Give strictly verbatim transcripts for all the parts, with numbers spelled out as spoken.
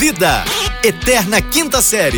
Vida, Eterna Quinta Série.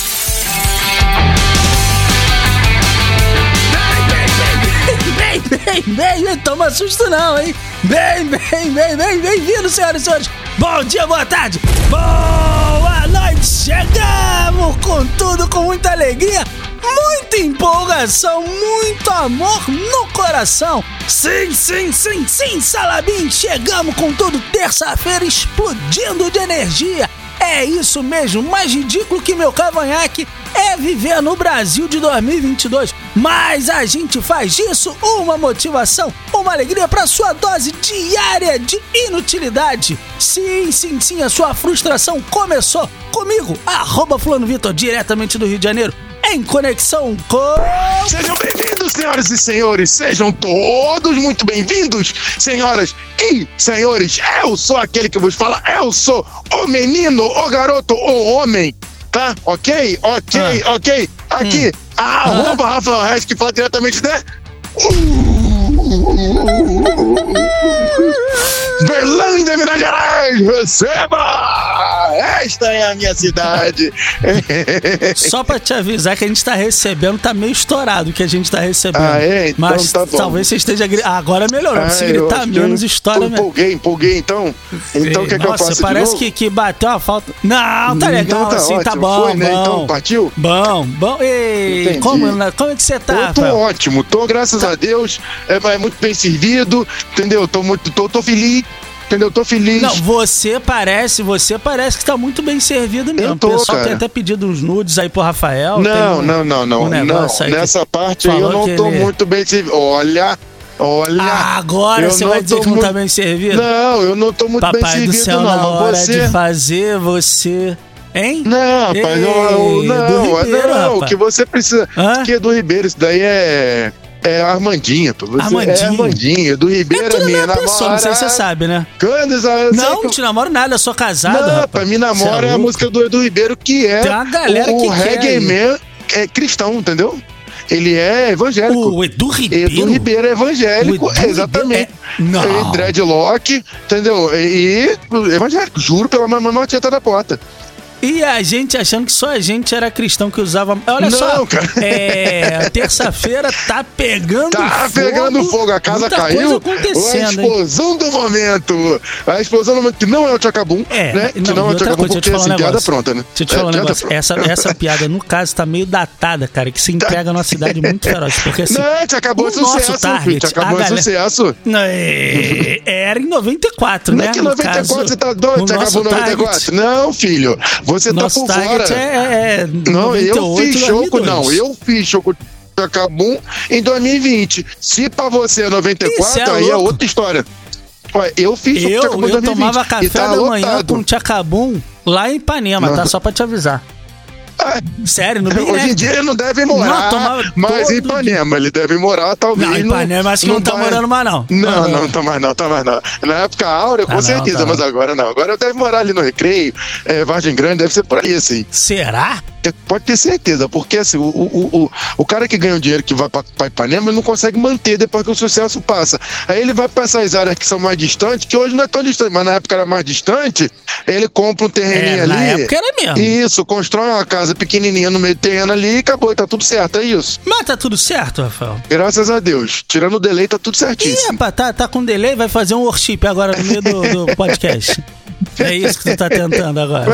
Bem, bem, bem, bem, toma susto não, hein? Bem, bem, bem, bem, bem-vindo, senhoras e senhores. Bom dia, boa tarde, boa noite. Chegamos com tudo, com muita alegria, muita empolgação, muito amor no coração. Sim, sim, sim, sim, Salabim, chegamos com tudo, terça-feira explodindo de energia. É isso mesmo, mais ridículo que meu cavanhaque é viver no Brasil de dois mil e vinte e dois. Mas a gente faz disso uma motivação, uma alegria para sua dose diária de inutilidade. Sim, sim, sim, a sua frustração começou comigo, arroba Fulano Vitor, diretamente do Rio de Janeiro, em conexão com... Sejam bem-vindos, senhoras e senhores, sejam todos muito bem-vindos, senhoras e senhores. Eu sou aquele que vos fala, eu sou o menino, o garoto, o homem, tá? Ok? Ok, ah. ok. Aqui, hum. a arroba ah. Rafael Reis, que fala diretamente de... Berlândia, Minas Gerais, receba! Esta é a minha cidade. Só pra te avisar que a gente tá recebendo, tá meio estourado o que a gente tá recebendo. Ah, é? Então mas tá bom. Talvez você esteja gritando. Ah, agora melhorou, ah, se gritar menos, estoura mesmo. Empolguei, empolguei, então. Então o que é que eu faço? Nossa, parece que, que bateu a falta. Não, tá legal, então tá assim, ótimo. Tá bom, Foi, né? bom. Então partiu? Bom, bom. Ei, como, como é que você tá? Eu tô Rafael? ótimo, tô, graças tá. a Deus, é, é muito bem servido, entendeu? Tô muito, tô, tô feliz. Entendeu? Eu tô feliz. Não, você parece, você parece que tá muito bem servido mesmo. Eu tô, o pessoal cara. tem até pedido uns nudes aí pro Rafael. Não, um, não, não, não. Um não. Nessa parte aí eu não tô ele... muito bem servido. Olha, olha. Ah, agora você vai dizer que muito... não tá bem servido? Não, eu não tô muito Papai bem servido, do céu, não. Na hora você... de fazer você... Hein? Não, rapaz, Ei, não, não, Ribeiro, não, o que você precisa. Hã? Que é do Ribeiro, isso daí é. É Armandinha, pô. Você Armandinho. É Armandinho, do Ribeiro é, é minha namora. pessoa, não sei se você sabe, né? Quando, eu não, que... não te namoro nada, eu sou casado. Não, rapaz. pra mim namora é, é a música do, do Ribeiro, que é Tem uma galera o, que o reggae quer, man é cristão, entendeu? Ele é evangélico. O Edu Ribeiro? Edu Ribeiro é evangélico, Edu exatamente. Ribeiro é... Não. É dreadlock, entendeu? E, e evangélico, juro pela mamãe tinha da porta. E a gente achando que só a gente era cristão que usava... Olha não, só, cara. É, terça-feira tá pegando tá fogo. Tá pegando fogo, a casa muita caiu. Coisa acontecendo, a explosão hein? do momento. A explosão do momento, que não é o Tchacabum, é, né? Não, que não é o Tchacabum, coisa, porque essa um piada pronta, né? Deixa eu te falar é, um negócio. Essa, essa piada, no caso, tá meio datada, cara, que se entrega numa cidade muito feroz. Porque assim, não, Tchacabum é sucesso, target, Tchacabum é galera... sucesso. Não, é... Era em noventa e quatro, não né? Não é que em noventa e quatro caso, você tá doido, Tchacabum noventa e quatro? Não, filho, você nosso tá por fora. É, é não, noventa e oito, eu fiz show com, não, eu fiz show com Tchacabum em dois mil e vinte. Se pra você é noventa e quatro, Isso, é aí louco. É outra história. Ué, eu fiz show eu, com Tchacabum em Eu dois mil e vinte. tomava café tá da manhã lotado. com Tchacabum lá em Ipanema, não. Tá? Só pra te avisar. Ah, sério, no Bem Hoje em dia ele não deve morar, não, mas em Ipanema ele deve morar, talvez. Não, em Ipanema acho que não, não tá vai... morando mais não. Não, não, não tá mais não, tá mais não. Na época áurea, com ah, certeza, não, tá mas não. agora não. Agora deve morar ali no Recreio, é, Vargem Grande, deve ser por aí, assim. Será? Pode ter certeza, porque assim, o, o, o, o cara que ganha o dinheiro que vai pra, pra Ipanema, ele não consegue manter depois que o sucesso passa. Aí ele vai pra essas áreas que são mais distantes, que hoje não é tão distante, mas na época era mais distante, ele compra um terreninho é, ali. Na época era mesmo. Isso, constrói uma casa pequenininha no meio do terreno ali e acabou, e tá tudo certo, é isso. Mas tá tudo certo, Rafael? Graças a Deus. Tirando o delay, tá tudo certíssimo. Ih, rapaz, tá, tá com delay, vai fazer um worship agora no meio do, do podcast. É isso que tu tá tentando agora.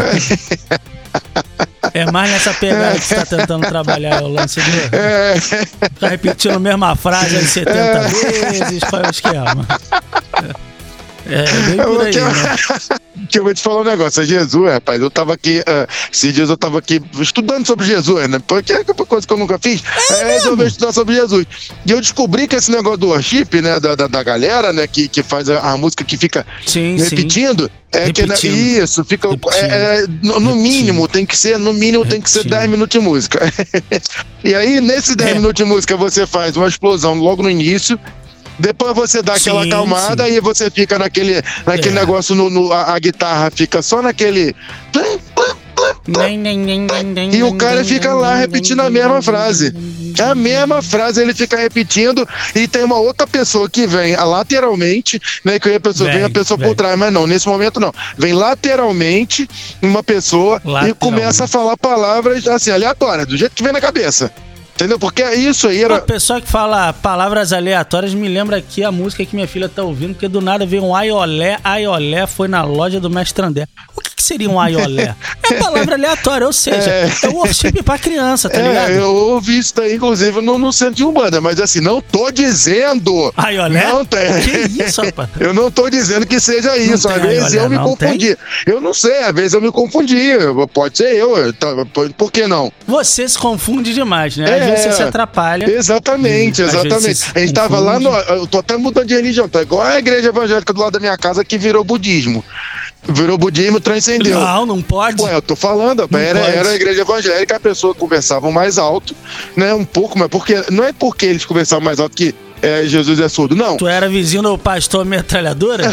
É mais nessa pegada que você tá tentando trabalhar o lance do... É. Tá repetindo a mesma frase aí setenta é. vezes, qual é o esquema? É, bem por aí, né? Que eu vou te falar um negócio, é Jesus, rapaz, eu tava aqui, uh, esses dias eu tava aqui estudando sobre Jesus, né, porque é uma coisa que eu nunca fiz, é, é resolver estudar sobre Jesus, e eu descobri que esse negócio do worship, né, da, da, da galera, né, que, que faz a, a música que fica sim, repetindo, sim. é repetindo. que, isso, fica, é, é, no, no mínimo, tem que ser, no mínimo repetindo. Tem que ser dez minutos de música, e aí, nesses dez é. minutos de música, você faz uma explosão logo no início. Depois você dá aquela sim, acalmada sim. E você fica naquele, naquele é. negócio, no, no, a, a guitarra fica só naquele... E o cara fica lá repetindo a mesma frase. É a mesma frase, ele fica repetindo e tem uma outra pessoa que vem lateralmente, né? Que a pessoa vem, vem a pessoa vem. por trás, mas não, nesse momento não. Vem lateralmente uma pessoa e começa a falar palavras assim, aleatórias, do jeito que vem na cabeça. Entendeu? Porque isso aí era... A pessoa que fala palavras aleatórias me lembra aqui a música que minha filha tá ouvindo, porque do nada veio um aiolé, aiolé foi na loja do Mestre André. O que, que seria um aiolé? É palavra aleatória, ou seja, é, é um worship pra criança, tá é, ligado? Eu ouvi isso daí, inclusive, no, no centro de Umbanda, mas assim, não tô dizendo... Aiolé? Não tem. Que isso, rapaz? Eu não tô dizendo que seja isso, às vezes eu me não confundi. Tem? Eu não sei, às vezes eu me confundi, pode ser eu, por que não? Você se confunde demais, né? Às É, vezes você se atrapalha. Exatamente, exatamente. A gente tava lá no... Eu tô até mudando de religião, tá igual a igreja evangélica do lado da minha casa que virou budismo. Virou budismo, transcendeu. Não, não pode. Ué, eu tô falando, era, era a igreja evangélica, a pessoa conversava mais alto, né? Um pouco, mas porque... Não é porque eles conversavam mais alto que é, Jesus é surdo, não. Tu era vizinho do pastor metralhadora?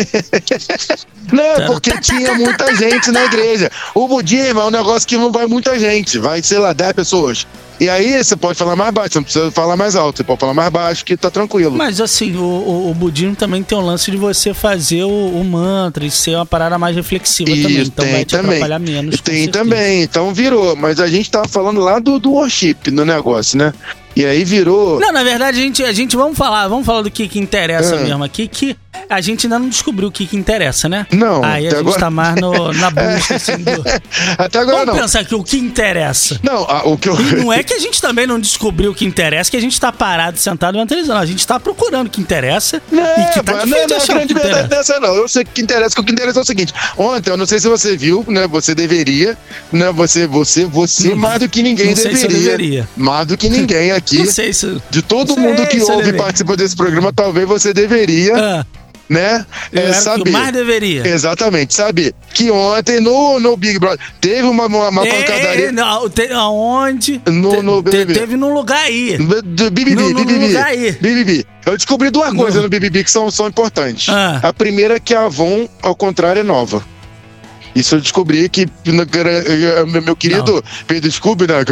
Não, porque tinha muita gente na igreja. O budismo é um negócio que não vai muita gente, vai, sei lá, dez pessoas. E aí você pode falar mais baixo, você não precisa falar mais alto, você pode falar mais baixo que tá tranquilo. Mas assim, o, o, o budismo também tem um lance de você fazer o, o mantra e ser uma parada mais reflexiva Isso, também, então tem vai te também. atrapalhar menos. Tem também, então virou, mas a gente tava falando lá do, do worship, no negócio, né? E aí virou... Não, na verdade, a gente, a gente vamos falar, vamos falar do que, que interessa é. mesmo aqui, que a gente ainda não descobriu o que, que interessa, né? Não. Aí a gente agora... tá mais no, na busca, assim, do... Até agora vamos não. pensar aqui o que interessa. Não, a, o que eu... E não é que a gente também não descobriu o que interessa, que a gente tá parado, sentado vendo televisão. A gente tá procurando o que interessa não, e que tá não, difícil não, achar não, a grande o que verdade interessa. dessa não. Eu sei o que interessa, que o que interessa é o seguinte. Ontem, eu não sei se você viu, né? Você deveria, né? Você, você, você Não, mais do que ninguém não sei deveria. Se eu deveria. Mais do que ninguém aqui. Não sei se... De todo sei mundo que se ouve e participa desse programa, talvez você deveria... Ah. Né? Eu é, saber. Que mais deveria. Exatamente, saber que ontem no, no Big Brother teve uma, uma, uma é, pancadaria. Não, te, aonde? No, no te, te, teve num lugar aí. Do B B B, no, B B B, no lugar aí. B B B. Eu descobri duas no. coisas no B B B que são, são importantes. Ah. A primeira é que a Avon, ao contrário, é nova. Isso eu descobri que meu querido não. Pedro Scooby, né?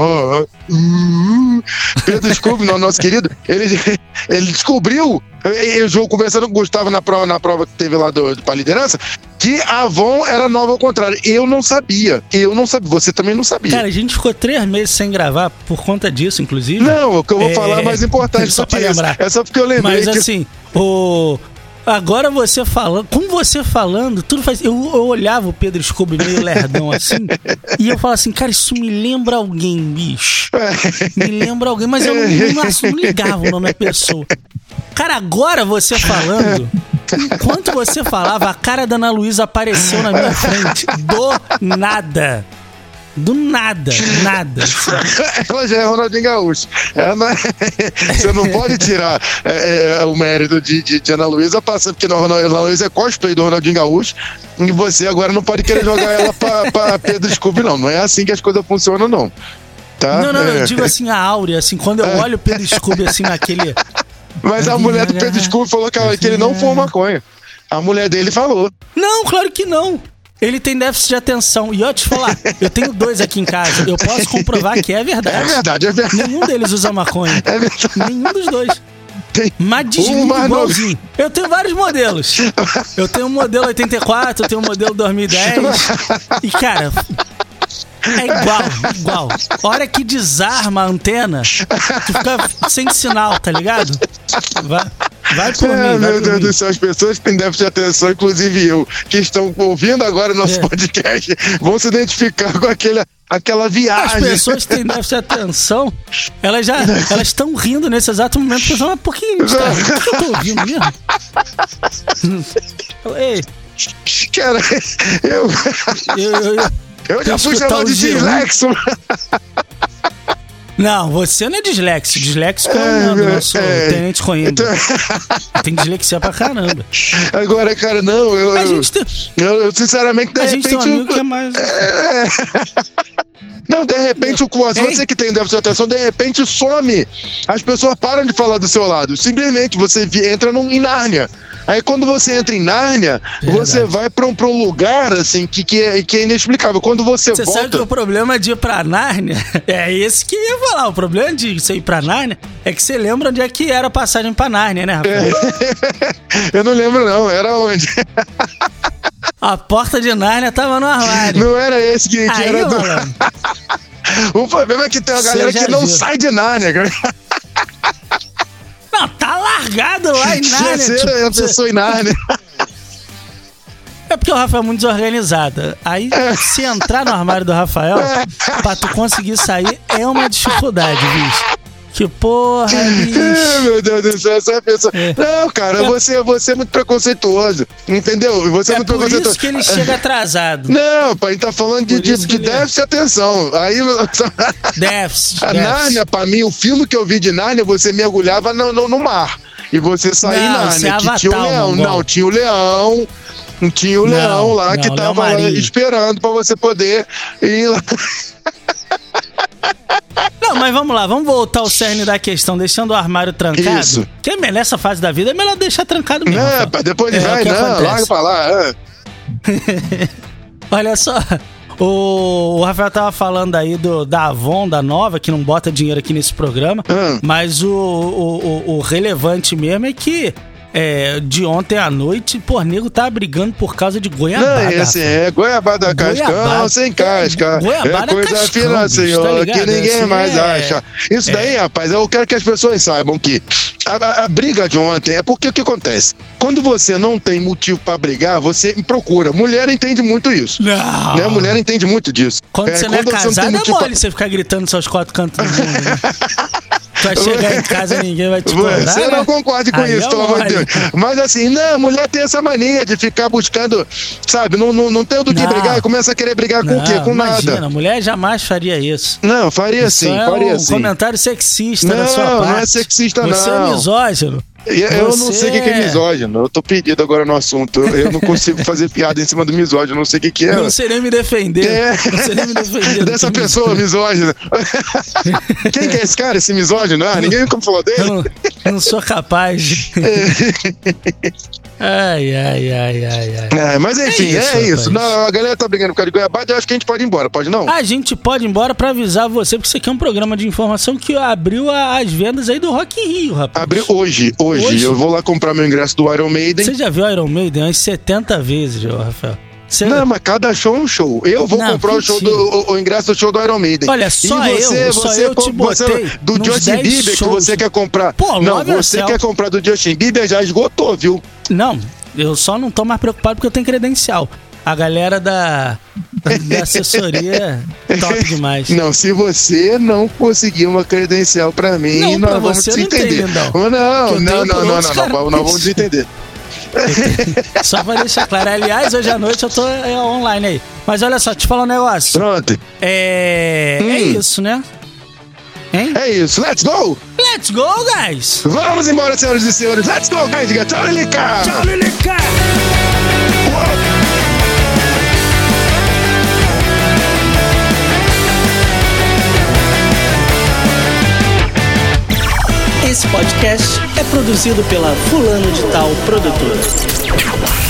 Pedro Scooby, nosso querido, ele, ele descobriu, eu jogo conversando com o Gustavo na prova, na prova que teve lá do, do, pra liderança, que a Avon era nova ao contrário. Eu não sabia. Eu não sabia. Você também não sabia. Cara, a gente ficou três meses sem gravar por conta disso, inclusive. Não, o que eu vou é, falar é mais importante só pra lembrar. É só porque eu lembrei. Mas que... assim, o... Agora você falando, com você falando, tudo faz. Eu, eu olhava o Pedro Scooby meio lerdão assim, e eu falava assim, cara, isso me lembra alguém, bicho. Me lembra alguém, mas eu não, não, não ligava o nome da pessoa. Cara, agora você falando, enquanto você falava, a cara da Ana Luísa apareceu na minha frente. Do nada. Do nada, nada. Ela já é Ronaldinho Gaúcho. Ela, você não pode tirar é, é, o mérito de, de, de Ana Luísa passando, porque a Ana Luísa é cosplay do Ronaldinho Gaúcho e você agora não pode querer jogar ela pra, pra Pedro Scooby, não. Não é assim que as coisas funcionam, não. Tá? Não, não, é. eu digo assim, a áurea, assim, quando eu olho o Pedro Scooby assim naquele... Mas a mulher do Pedro Scooby falou que, que ele não fuma maconha. A mulher dele falou. Não, claro que não. Ele tem déficit de atenção. E eu te falar, eu tenho dois aqui em casa. Eu posso comprovar que é verdade. É verdade, é verdade. Nenhum deles usa maconha. É verdade. Nenhum dos dois. Tem mas desliga igualzinho. No... Eu tenho vários modelos. Eu tenho um modelo oitenta e quatro, eu tenho um modelo dois mil e dez. E, cara... É igual, igual. A hora que desarma a antena, tu fica sem sinal, tá ligado? Vai, vai por é, mim, vai meu por Deus mim. do céu, as pessoas que têm déficit de atenção, inclusive eu, que estão ouvindo agora o nosso é. podcast, vão se identificar com aquele, aquela viagem. As pessoas que têm déficit de atenção, elas já elas estão rindo nesse exato momento, pensando, mas por que, tá, por que eu tô ouvindo mesmo? Ei. Cara, eu... eu, eu, eu Eu já fui chamado de dislexo. Não, você não é dislexo. Dislexo que é, eu não, eu sou é, tenente Coimbra. Então... Tem dislexia pra caramba. Agora, cara, não, eu, a gente tem... eu, eu sinceramente, de a repente... gente tem um amigo eu... que é mais... É... Não, de repente, o você que tem déficit de atenção, de repente some. As pessoas param de falar do seu lado. Simplesmente você entra num, em Nárnia. Aí quando você entra em Nárnia, verdade, você vai pra um, pra um lugar assim que, que, é, que é inexplicável. Quando você, você volta... Você sabe que o problema de ir pra Nárnia é esse que eu ia falar. O problema de você ir pra Nárnia é que você lembra onde é que era a passagem pra Nárnia, né, Rafael? É. Eu não lembro não, era onde? A porta de Nárnia tava no armário. Não era esse que, que aí, era do... O problema é que tem uma galera que não viu. sai de Nárnia, cara. Não, tá largado lá em Nárnia. Tipo, a pessoa em Nárnia. É porque o Rafael é muito desorganizado. Aí, é. se entrar no armário do Rafael, é. pra tu conseguir sair, é uma dificuldade, bicho. Que porra, bicho. É, meu Deus do céu, essa pessoa... É. Não, cara, é. você, você é muito preconceituoso, entendeu? Você é, é muito por preconceituoso. Isso que ele chega atrasado. Não, pai, a gente tá falando de, de, de déficit e atenção. Aí... Déficit, A Nárnia, pra mim, o filme que eu vi de Nárnia, você mergulhava no, no, no mar. E você saía em Nárnia, é que tinha o leão. Mongol. Não, tinha o leão... Tinha o não, leão lá não, que tava lá esperando pra você poder ir lá. Não, mas vamos lá, vamos voltar ao cerne da questão, deixando o armário trancado. Isso. Que é nessa fase da vida é melhor deixar trancado mesmo. É, então. Depois ele é, vai, não, acontece. larga pra lá. É. Olha só, o, o Rafael tava falando aí do, da Avon, da Nova, que não bota dinheiro aqui nesse programa, hum. mas o, o, o, o relevante mesmo é que É, de ontem à noite, pô, nego tá brigando por causa de goiabada. Não, esse é goiabada cascão, sem casca. Goiabada é coisa cascão, fina, senhor, tá que ninguém assim, mais é... acha. Isso é... daí, rapaz, eu quero que as pessoas saibam que a, a, a briga de ontem é porque o que acontece? Quando você não tem motivo pra brigar, você procura. Mulher entende muito isso. Não. Né? Mulher entende muito disso. Quando é, você não é casado, não é mole pra... você ficar gritando seus quatro cantos do mundo, né? Vai chegar em casa e ninguém vai te cobrar. Você né? não concorde com Aí isso, pelo amor de Deus. Mas assim, não, a mulher tem essa mania de ficar buscando, sabe, não, não, não tem do que não. brigar, começa a querer brigar não, com o quê? Com imagina, nada. A mulher jamais faria isso. Não, faria isso sim, é faria um sim. comentário sexista não, da sua parte. Não, é sexista Você não. Você é misógino. Eu Você... não sei o que é misógino, eu tô perdido agora no assunto. Eu não consigo fazer piada em cima do misógino, não sei o que, que é. Eu não sei nem me defender. É. Não sei nem me defender. Dessa pessoa misógina. Quem que é esse cara, esse misógino? Ah, ninguém nunca falou dele. Eu não, eu não sou capaz de... Ai, ai, ai, ai, ai. É, mas enfim, é isso. É isso. Não, a galera tá brigando por causa de goiabada, eu acho que a gente pode ir embora, pode não? A gente pode ir embora pra avisar você, porque isso aqui é um programa de informação que abriu a, as vendas aí do Rock in Rio, rapaz. Abriu hoje, hoje, hoje. Eu vou lá comprar meu ingresso do Iron Maiden. Você já viu o Iron Maiden umas setenta vezes, Rafael? Você... Não, mas cada show é um show. Eu vou não, comprar o, show do, o, o ingresso do show do Iron Maiden. Olha, só e você, eu, só você, eu te botei você, do Justin Bieber shows. Que você quer comprar. Pô, não, você quer comprar do Justin Bieber, já esgotou, viu? Não, eu só não tô mais preocupado porque eu tenho credencial. A galera da, da assessoria é top demais. Não, se você não conseguir uma credencial pra mim, não, nós pra vamos você desentender. Não, tem, não, não, não, não, não, não, não, nós vamos desentender. Só pra deixar claro. Aliás, hoje à noite eu tô é, online aí. Mas olha só, te falar um negócio. Pronto. É. Hum. É isso, né? Hein? É isso, let's go! Let's go, guys! Vamos embora, senhoras e senhores! Let's go, guys! Diga tchau, Lilica! Tchau, Lilica! Esse podcast é produzido pela Fulano de Tal Produtora.